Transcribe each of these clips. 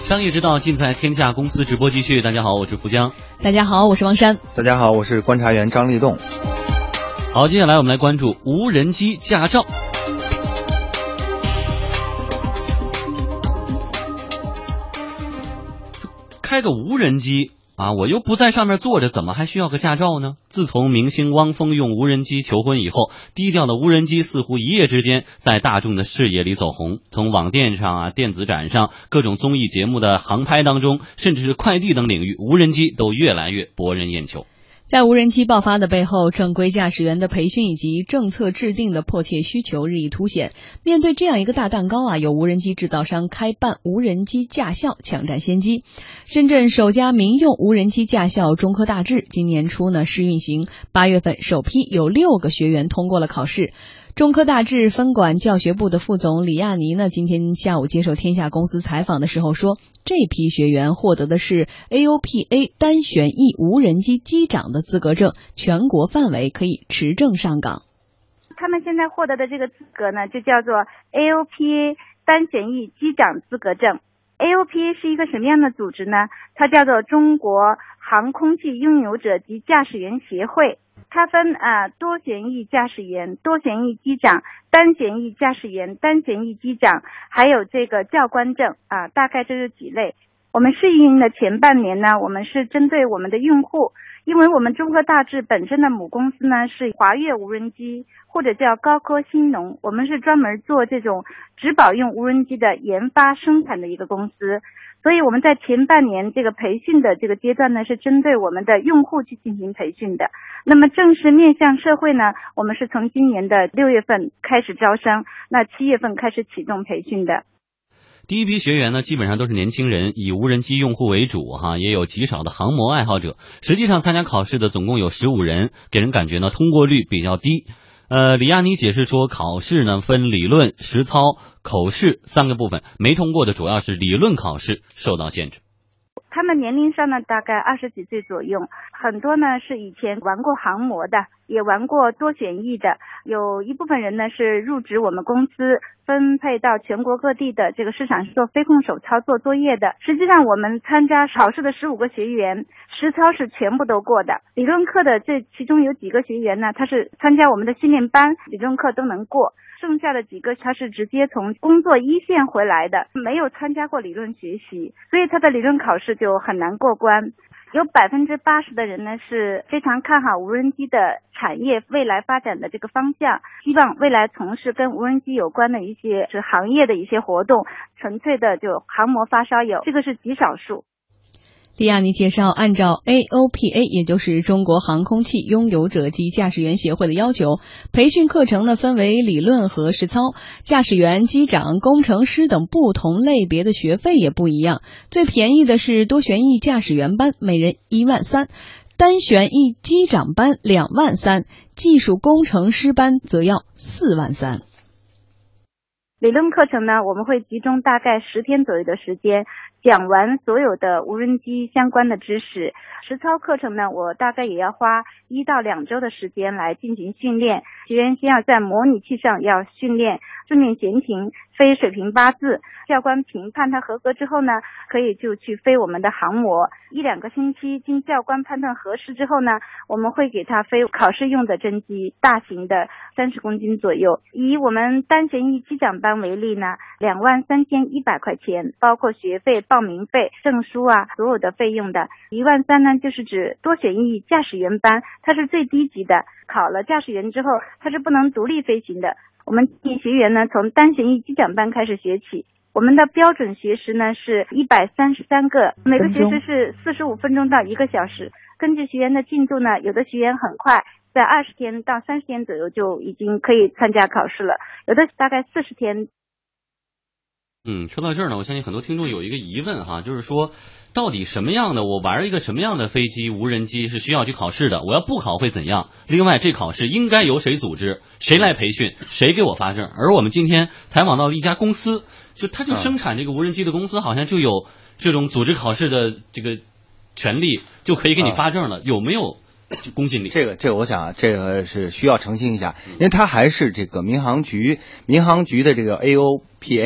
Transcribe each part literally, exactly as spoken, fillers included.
商业之道尽在天下公司直播继续。大家好，我是福江。 大家好，我是王珊。 大家好，我是观察员张立栋。 好，接下来我们来关注无人机驾照。开个无人机啊，我又不在上面坐着，怎么还需要个驾照呢？自从明星汪峰用无人机求婚以后，低调的无人机似乎一夜之间在大众的视野里走红。从网店上啊、电子展上、各种综艺节目的航拍当中，甚至是快递等领域，无人机都越来越博人眼球。 在无人机爆发的背后，正规驾驶员的培训以及政策制定的迫切需求日益凸显。面对这样一个大蛋糕啊，有无人机制造商开办无人机驾校，抢占先机。深圳首家民用无人机驾校中科大智今年初呢试运行，八月份首批有六个学员通过了考试。中科大智分管教学部的副总李亚妮呢，今天下午接受天下公司采访的时候说，这批学员获得的是 A O P A 单旋翼无人机机长的资格证，全国范围可以持证上岗。 他们现在获得的这个资格呢，就叫做 A O P A 单旋翼机长资格证。A O P A 是一个什么样的组织呢？它叫做中国航空器拥有者及驾驶员协会。它分啊、呃、多旋翼驾驶员、多旋翼机长、单旋翼驾驶员、单旋翼机长，还有这个教官证啊、呃，大概这是几类。我们试运营的前半年呢，我们是针对我们的用户，因为我们中科大智本身的母公司呢是华越无人机，或者叫高科新农，我们是专门做这种质保用无人机的研发生产的一个公司。所以我们在前半年这个培训的这个阶段呢，是针对我们的用户去进行培训的。那么正式面向社会呢，我们是从今年的六月份开始招生，那七月份开始启动培训的。 第一批学员呢，基本上都是年轻人，以无人机用户为主哈，也有极少的航模爱好者。实际上参加考试的总共有十五人，给人感觉呢通过率比较低。呃，李亚妮解释说，考试呢分理论、实操、口试三个部分，没通过的主要是理论考试受到限制。 他们年龄上呢大概二十几岁左右，很多呢是以前玩过航模的，也玩过多旋翼的，有一部分人呢是入职我们公司，分配到全国各地的这个市场做飞控手操作作业的。实际上我们参加考试的十五个学员，实操是全部都过的。理论课的这其中有几个学员呢，他是参加我们的训练班，理论课都能过。剩下的几个他是直接从工作一线回来的，没有参加过理论学习，所以他的理论考试就很难过关。有百分之八十的人呢是非常看好无人机的产业未来发展的这个方向，希望未来从事跟无人机有关的一些是行业的一些活动，纯粹的就航模发烧友，这个是极少数。 李亚妮介绍，按照 A O P A 也就是中国航空器拥有者及驾驶员协会的要求，培训课程呢分为理论和实操，驾驶员、机长、工程师等不同类别的学费也不一样。最便宜的是多旋翼驾驶员班，每人一万三，单旋翼机长班两万三，技术工程师班则要四万三。 理论课程呢，我们会集中大概十天左右的时间，讲完所有的无人机相关的知识。实操课程呢，我大概也要花一到两周的时间来进行训练。学员先要在模拟器上要训练正面悬停、飞水平八字，教官评判他合格之后呢，可以就去飞我们的航模。一两个星期经教官判断合适之后呢，我们会给他飞考试用的真机，大型的三十公斤左右。以我们单旋翼机长班为例呢，两万三千一百块钱，包括学费、报名费、证书啊，所有的费用的。一万三呢，就是指多旋翼驾驶员班，它是最低级的。考了驾驶员之后，它是不能独立飞行的。我们建议学员呢，从单旋翼机长班开始学起。我们的标准学时呢是一百三十三个，每个学时是四十五分钟到一个小时。根据学员的进度呢，有的学员很快，在二十天到三十天左右就已经可以参加考试了，有的大概四十天。 嗯，说到这儿呢，我相信很多听众有一个疑问哈，就是说，到底什么样的我玩一个什么样的飞机无人机是需要去考试的？我要不考会怎样？另外，这考试应该由谁组织？谁来培训？谁给我发证？而我们今天采访到了一家公司，就他就生产这个无人机的公司，好像就有这种组织考试的这个权利，就可以给你发证了，有没有？公信力， 这个这个我想这个是需要澄清一下，因为它还是这个民航局民航局的这个 A O P A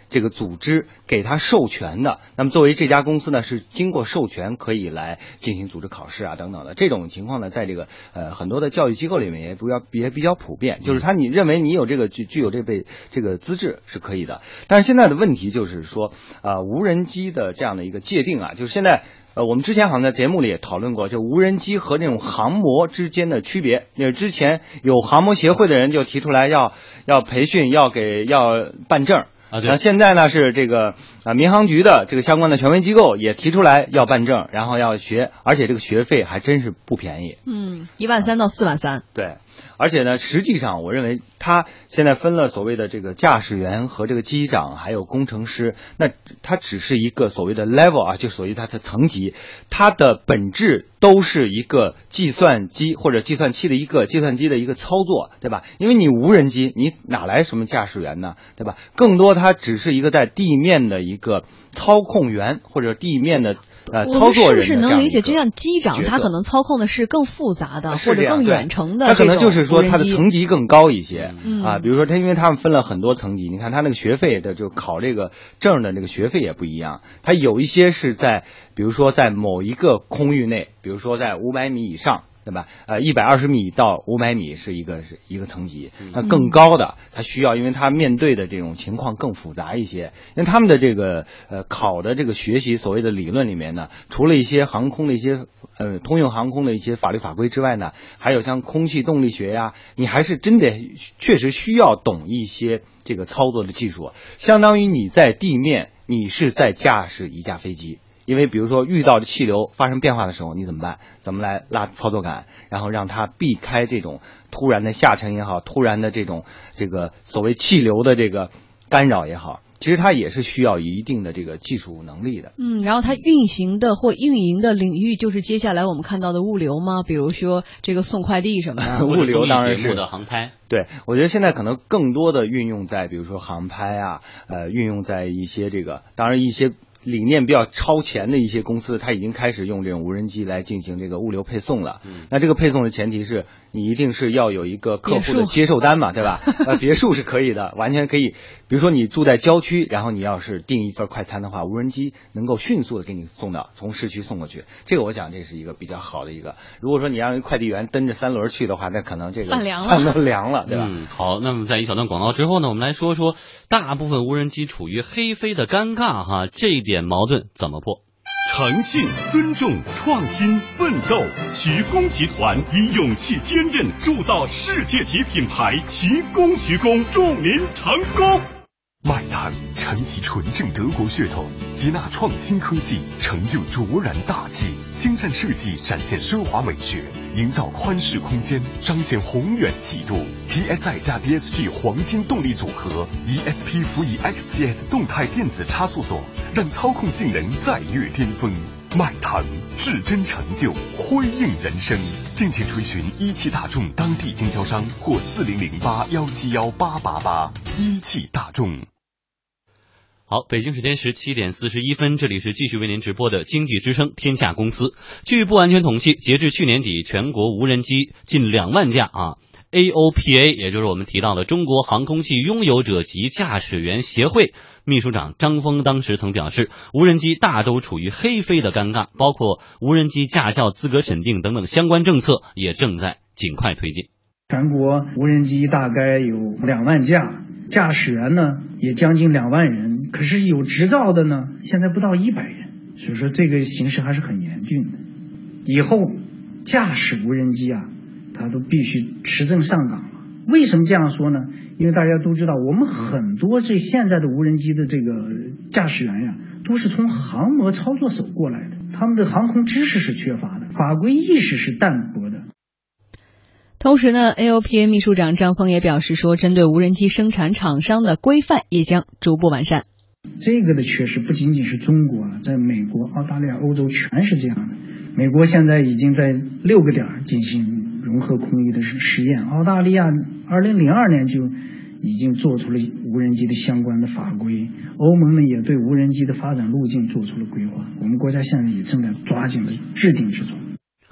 这个组织给他授权的，那么作为这家公司呢是经过授权可以来进行组织考试啊等等的这种情况呢，在这个呃很多的教育机构里面也比较也比较普遍，就是他你认为你有这个具具有这辈这个资质是可以的。但是现在的问题就是说啊、呃、无人机的这样的一个界定啊，就是现在呃我们之前好像在节目里也讨论过，就无人机和这种航模之间的区别。因为之前有航模协会的人就提出来要要培训，要给要办证。 啊，对。 现在呢是这个啊民航局的这个相关的权威机构也提出来要办证，然后要学，而且这个学费还真是不便宜。 嗯，一万三到四万三。 对。而且呢，实际上我认为他现在分了所谓的这个驾驶员和这个机长还有工程师，那它只是一个所谓的 level 啊，就所谓它的层级，它的本质都是一个计算机或者计算器的一个计算机的一个操作，对吧？因为你无人机，你哪来什么驾驶员呢，对吧？更多它只是一个在地面的一个操控员或者地面的呃操作人的这样一个角色。我们是不是能理解， 就像机长他可能操控的是更复杂的或者更远程的， 他可能就是说他的层级更高一些、 嗯、 啊，比如说他因为他们分了很多层级，你看他那个学费的就考这个证的那个学费也不一样，他有一些是在比如说在某一个空域内，比如说在五百米以上，对吧？呃，一百二十米到五百米是一个是一个层级，那更高的，它需要，因为它面对的这种情况更复杂一些。因为他们的这个呃考的这个学习所谓的理论里面呢，除了一些航空的一些呃通用航空的一些法律法规之外呢，还有像空气动力学呀，你还是真得确实需要懂一些这个操作的技术，相当于你在地面，你是在驾驶一架飞机。因为比如说遇到气流发生变化的时候你怎么办？怎么来拉操作杆，然后让它避开这种突然的下沉也好，突然的这种这个所谓气流的这个干扰也好，其实它也是需要一定的这个技术能力的。 嗯，然后它运行的或运营的领域就是接下来我们看到的物流吗？比如说这个送快递什么的。 物流当然是的航拍。 对，我觉得现在可能更多的运用在比如说航拍啊，呃，运用在一些这个，当然一些理念比较超前的一些公司，它已经开始用这种无人机来进行这个物流配送了。嗯、那这个配送的前提是你一定是要有一个客户的接受单嘛，对吧？呃，别墅是可以的，完全可以。比如说你住在郊区，然后你要是订一份快餐的话，无人机能够迅速的给你送到，从市区送过去。这个我想这是一个比较好的一个。如果说你让快递员蹬着三轮去的话，那可能这个饭凉了， 饭都凉了，对吧？ 嗯，好，那么在一小段广告之后呢，我们来说说大部分无人机处于黑飞的尴尬哈，这一点矛盾怎么破？ 诚信、尊重、创新、奋斗，徐工集团以勇气坚韧铸造世界级品牌，徐工徐工，祝您成功。 麦谈承袭纯正德国血统，接纳创新科技，成就卓然大气，精湛设计展现奢华美学，营造宽适空间，彰显宏远气度。T S I 加 D S G 黄金动力组合 ，E S P 辅以 X T S 动态电子差速锁，让操控性能再跃巅峰。麦谈至臻成就，辉映人生。敬请垂询一汽大众当地经销商或四零零八幺七幺八八八。一汽大众。 好，北京时间十七点四十一分，这里是继续为您直播的经济之声天下公司。据不完全统计，截至去年底，全国无人机近两万架啊。A O P A 也就是我们提到的中国航空器拥有者及驾驶员协会秘书长张峰当时曾表示，无人机大都处于黑飞的尴尬，包括无人机驾校资格审定等等相关政策也正在尽快推进。 全国无人机大概有两万架，驾驶员呢也将近两万人，可是有执照的呢现在不到一百人，所以说这个形势还是很严峻的。以后驾驶无人机啊，它都必须持证上岗了。为什么这样说呢？因为大家都知道，我们很多这现在的无人机的这个驾驶员呀，都是从航模操作手过来的，他们的航空知识是缺乏的，法规意识是淡薄的。 同时呢 ，A O P A 秘书长张峰也表示说，针对无人机生产厂商的规范也将逐步完善。 这个的缺失不仅仅是中国啊，在美国、澳大利亚、欧洲全是这样的。美国现在已经在六个点进行融合空域的实验，澳大利亚二零零二年就已经做出了无人机的相关的法规，欧盟呢也对无人机的发展路径做出了规划，我们国家现在也正在抓紧的制定之中。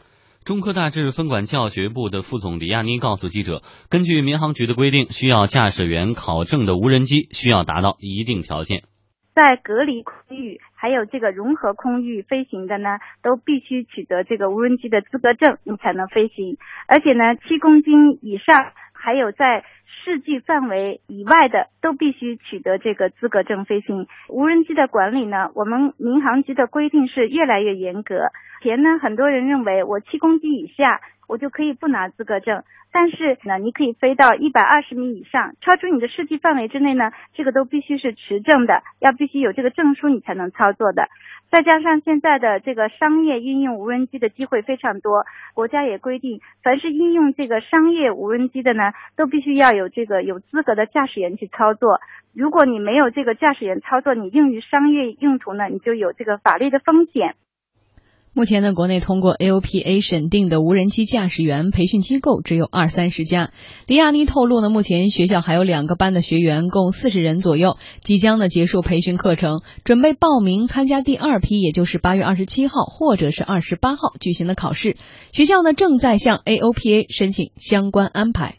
中科大致分管教学部的副总李亚妮告诉记者，根据民航局的规定，需要驾驶员考证的无人机需要达到一定条件。 在隔离空域还有这个融合空域飞行的呢，都必须取得这个无人机的资格证，你才能飞行。而且呢，七公斤以上，还有在视距范围以外的，都必须取得这个资格证飞行。无人机的管理呢，我们民航局的规定是越来越严格。前呢，很多人认为我七公斤以下，我就可以不拿资格证，但是呢，你可以飞到一百二十米以上，超出你的视距范围之内呢，这个都必须是持证的，要必须有这个证书你才能操作的。再加上现在的这个商业应用无人机的机会非常多，国家也规定，凡是应用这个商业无人机的呢，都必须要有这个有资格的驾驶员去操作。如果你没有这个驾驶员操作，你用于商业用途呢，你就有这个法律的风险。 目前呢，国内通过 A O P A 审定的无人机驾驶员培训机构只有二三十家。李亚妮透露呢，目前学校还有两个班的学员，共四十人左右，即将呢结束培训课程，准备报名参加第二批，也就是八月二十七号或者是二十八号举行的考试。学校呢正在向 A O P A 申请相关安排。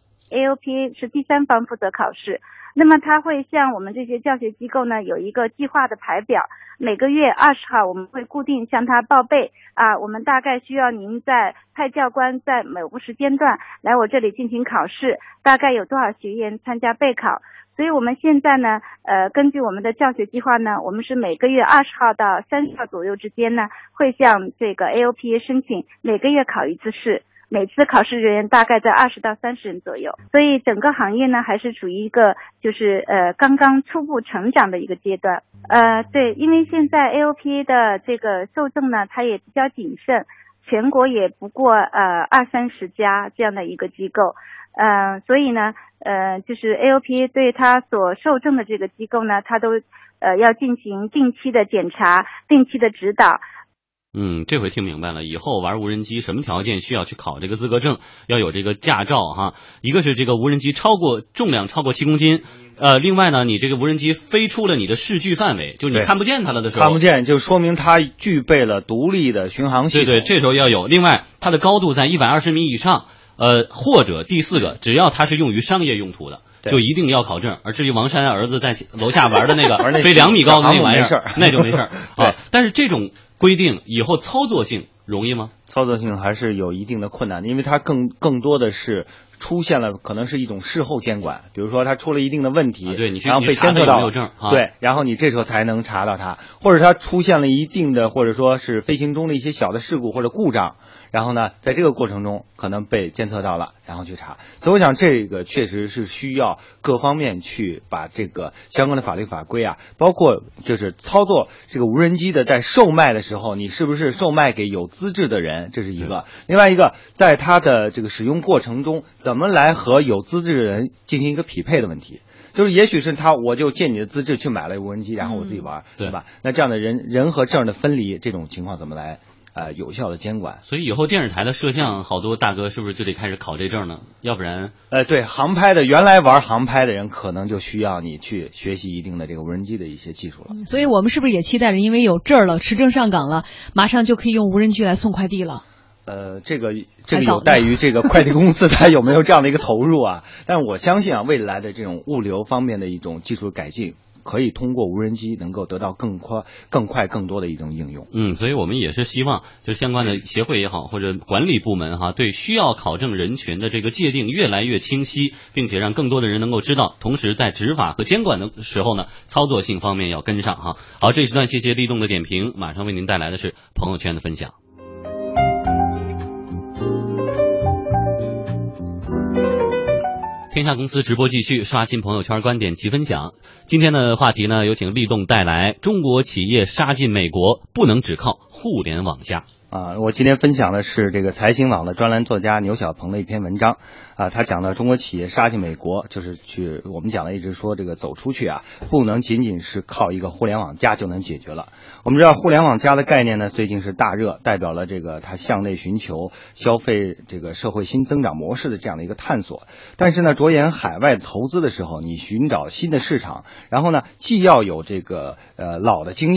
A O P A 是第三方负责考试，那么他会向我们这些教学机构呢有一个计划的排表，每个月二十号我们会固定向他报备啊，我们大概需要您在派教官在某个时间段来我这里进行考试，大概有多少学员参加备考。所以我们现在呢呃，根据我们的教学计划呢，我们是每个月二十号到三十号左右之间呢，会向这个 A O P A 申请每个月考一次试，每次考试人员大概在二十到三十人左右，所以整个行业呢还是处于一个就是呃刚刚初步成长的一个阶段。呃，对，因为现在 A O P A 的这个受证呢，它也比较谨慎，全国也不过呃二三十家这样的一个机构，呃，所以呢呃就是 A O P A 对它所受证的这个机构呢，它都呃要进行定期的检查，定期的指导。 嗯，这回听明白了，以后玩无人机什么条件需要去考这个资格证，要有这个驾照哈。一个是这个无人机超过重量超过七公斤，呃，另外呢，你这个无人机飞出了你的视距范围，就你看不见它了的时候， 看不见就说明它具备了独立的巡航系统。 对对，这时候要有。另外，它的高度在一百二十米以上，呃，或者第四个，只要它是用于商业用途的，就一定要考证。而至于王珊儿子在楼下玩的那个飞两米高的那玩意儿，那就没事儿啊。但是这种规定以后操作性容易吗？ 操作性还是有一定的困难的，因为它更更多的是出现了可能是一种事后监管，比如说它出了一定的问题， 啊、对，你然后被监测到， 有没有证、啊、 对，然后你这时候才能查到它，或者它出现了一定的或者说是飞行中的一些小的事故或者故障，然后呢，在这个过程中可能被监测到了，然后去查。所以我想这个确实是需要各方面去把这个相关的法律法规啊，包括就是操作这个无人机的在售卖的时候，你是不是售卖给有资质的人，这是一个。另外一个，在它的这个使用过程中，怎么来和有资质的人进行一个匹配的问题。就是也许是他我就借你的资质去买了无人机，然后我自己玩、嗯、对吧？那这样的人人和证的分离，这种情况怎么来呃有效的监管？ 所以以后电视台的摄像好多大哥是不是就得开始考这证呢？要不然呃对，航拍的原来玩航拍的人可能就需要你去学习一定的这个无人机的一些技术了。 所以我们是不是也期待着，因为有证了，持证上岗了，马上就可以用无人机来送快递了？ 呃，这个这个有待于这个快递公司它有没有这样的一个投入啊？但是我相信啊，未来的这种物流方面的一种技术改进，可以通过无人机能够得到更快、更快、更多的一种应用。 嗯，所以我们也是希望，就相关的协会也好，或者管理部门哈，对需要考证人群的这个界定越来越清晰，并且让更多的人能够知道。同时，在执法和监管的时候呢，操作性方面要跟上哈。好，这一时段谢谢立动的点评，马上为您带来的是朋友圈的分享。天下公司直播继续，刷新朋友圈观点齐分享。今天的话题呢，有请立动带来中国企业杀进美国，不能只靠互联网加。 啊，我今天分享的是这个财新网的专栏作家牛小鹏的一篇文章啊，他讲到中国企业杀进美国，就是去我们讲的一直说这个走出去啊，不能仅仅是靠一个互联网加就能解决了。我们知道互联网加的概念呢，最近是大热，代表了这个它向内寻求消费这个社会新增长模式的这样的一个探索。但是呢，着眼海外投资的时候，你寻找新的市场，然后呢，既要有这个呃老的经验。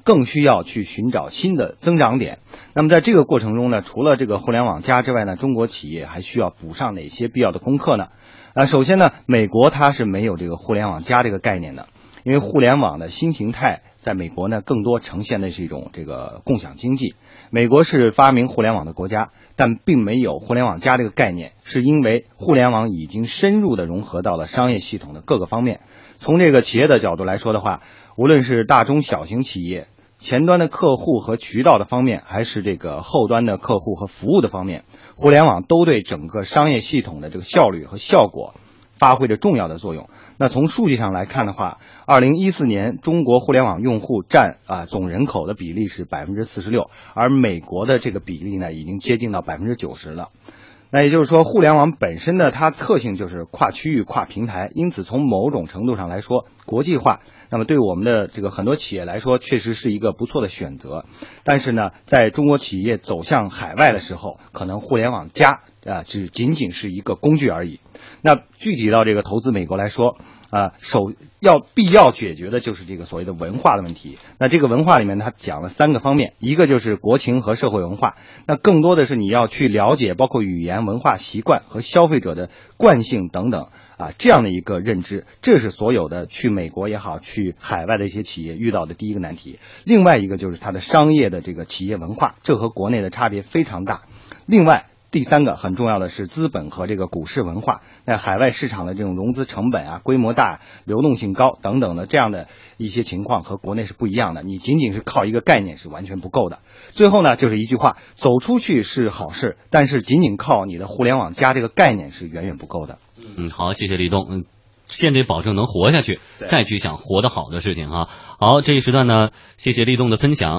更需要去寻找新的增长点。那么在这个过程中呢，除了这个互联网加之外呢，中国企业还需要补上哪些必要的功课呢？啊，首先呢，美国它是没有这个互联网加这个概念的，因为互联网的新形态在美国呢，更多呈现的是一种这个共享经济。美国是发明互联网的国家，但并没有互联网加这个概念，是因为互联网已经深入的融合到了商业系统的各个方面。从这个企业的角度来说的话，无论是大中小型企业，前端的客户和渠道的方面，还是这个后端的客户和服务的方面，互联网都对整个商业系统的这个效率和效果发挥着重要的作用。那从数据上来看的话，二零一四年中国互联网用户占啊总人口的比例是百分之四十六，而美国的这个比例呢已经接近到百分之九十了。那也就是说，互联网本身的它特性就是跨区域、跨平台，因此从某种程度上来说，国际化，那么对我们的这个很多企业来说，确实是一个不错的选择。但是呢，在中国企业走向海外的时候，可能互联网加啊只仅仅是一个工具而已。那具体到这个投资美国来说，啊，首要必要解决的就是这个所谓的文化的问题。那这个文化里面，它讲了三个方面，一个就是国情和社会文化，那更多的是你要去了解包括语言、文化习惯和消费者的惯性等等啊，这样的一个认知，这是所有的去美国也好，去海外的一些企业遇到的第一个难题。另外一个就是它的商业的这个企业文化，这和国内的差别非常大。另外第三个很重要的是资本和这个股市文化，那海外市场的这种融资成本啊、规模大、流动性高等等的这样的一些情况和国内是不一样的，你仅仅是靠一个概念是完全不够的。最后呢，就是一句话，走出去是好事，但是仅仅靠你的互联网加这个概念是远远不够的。 嗯，好，谢谢立冬。嗯，先得保证能活下去，再去想活得好的事情哈。好，这一时段呢，谢谢立冬的分享。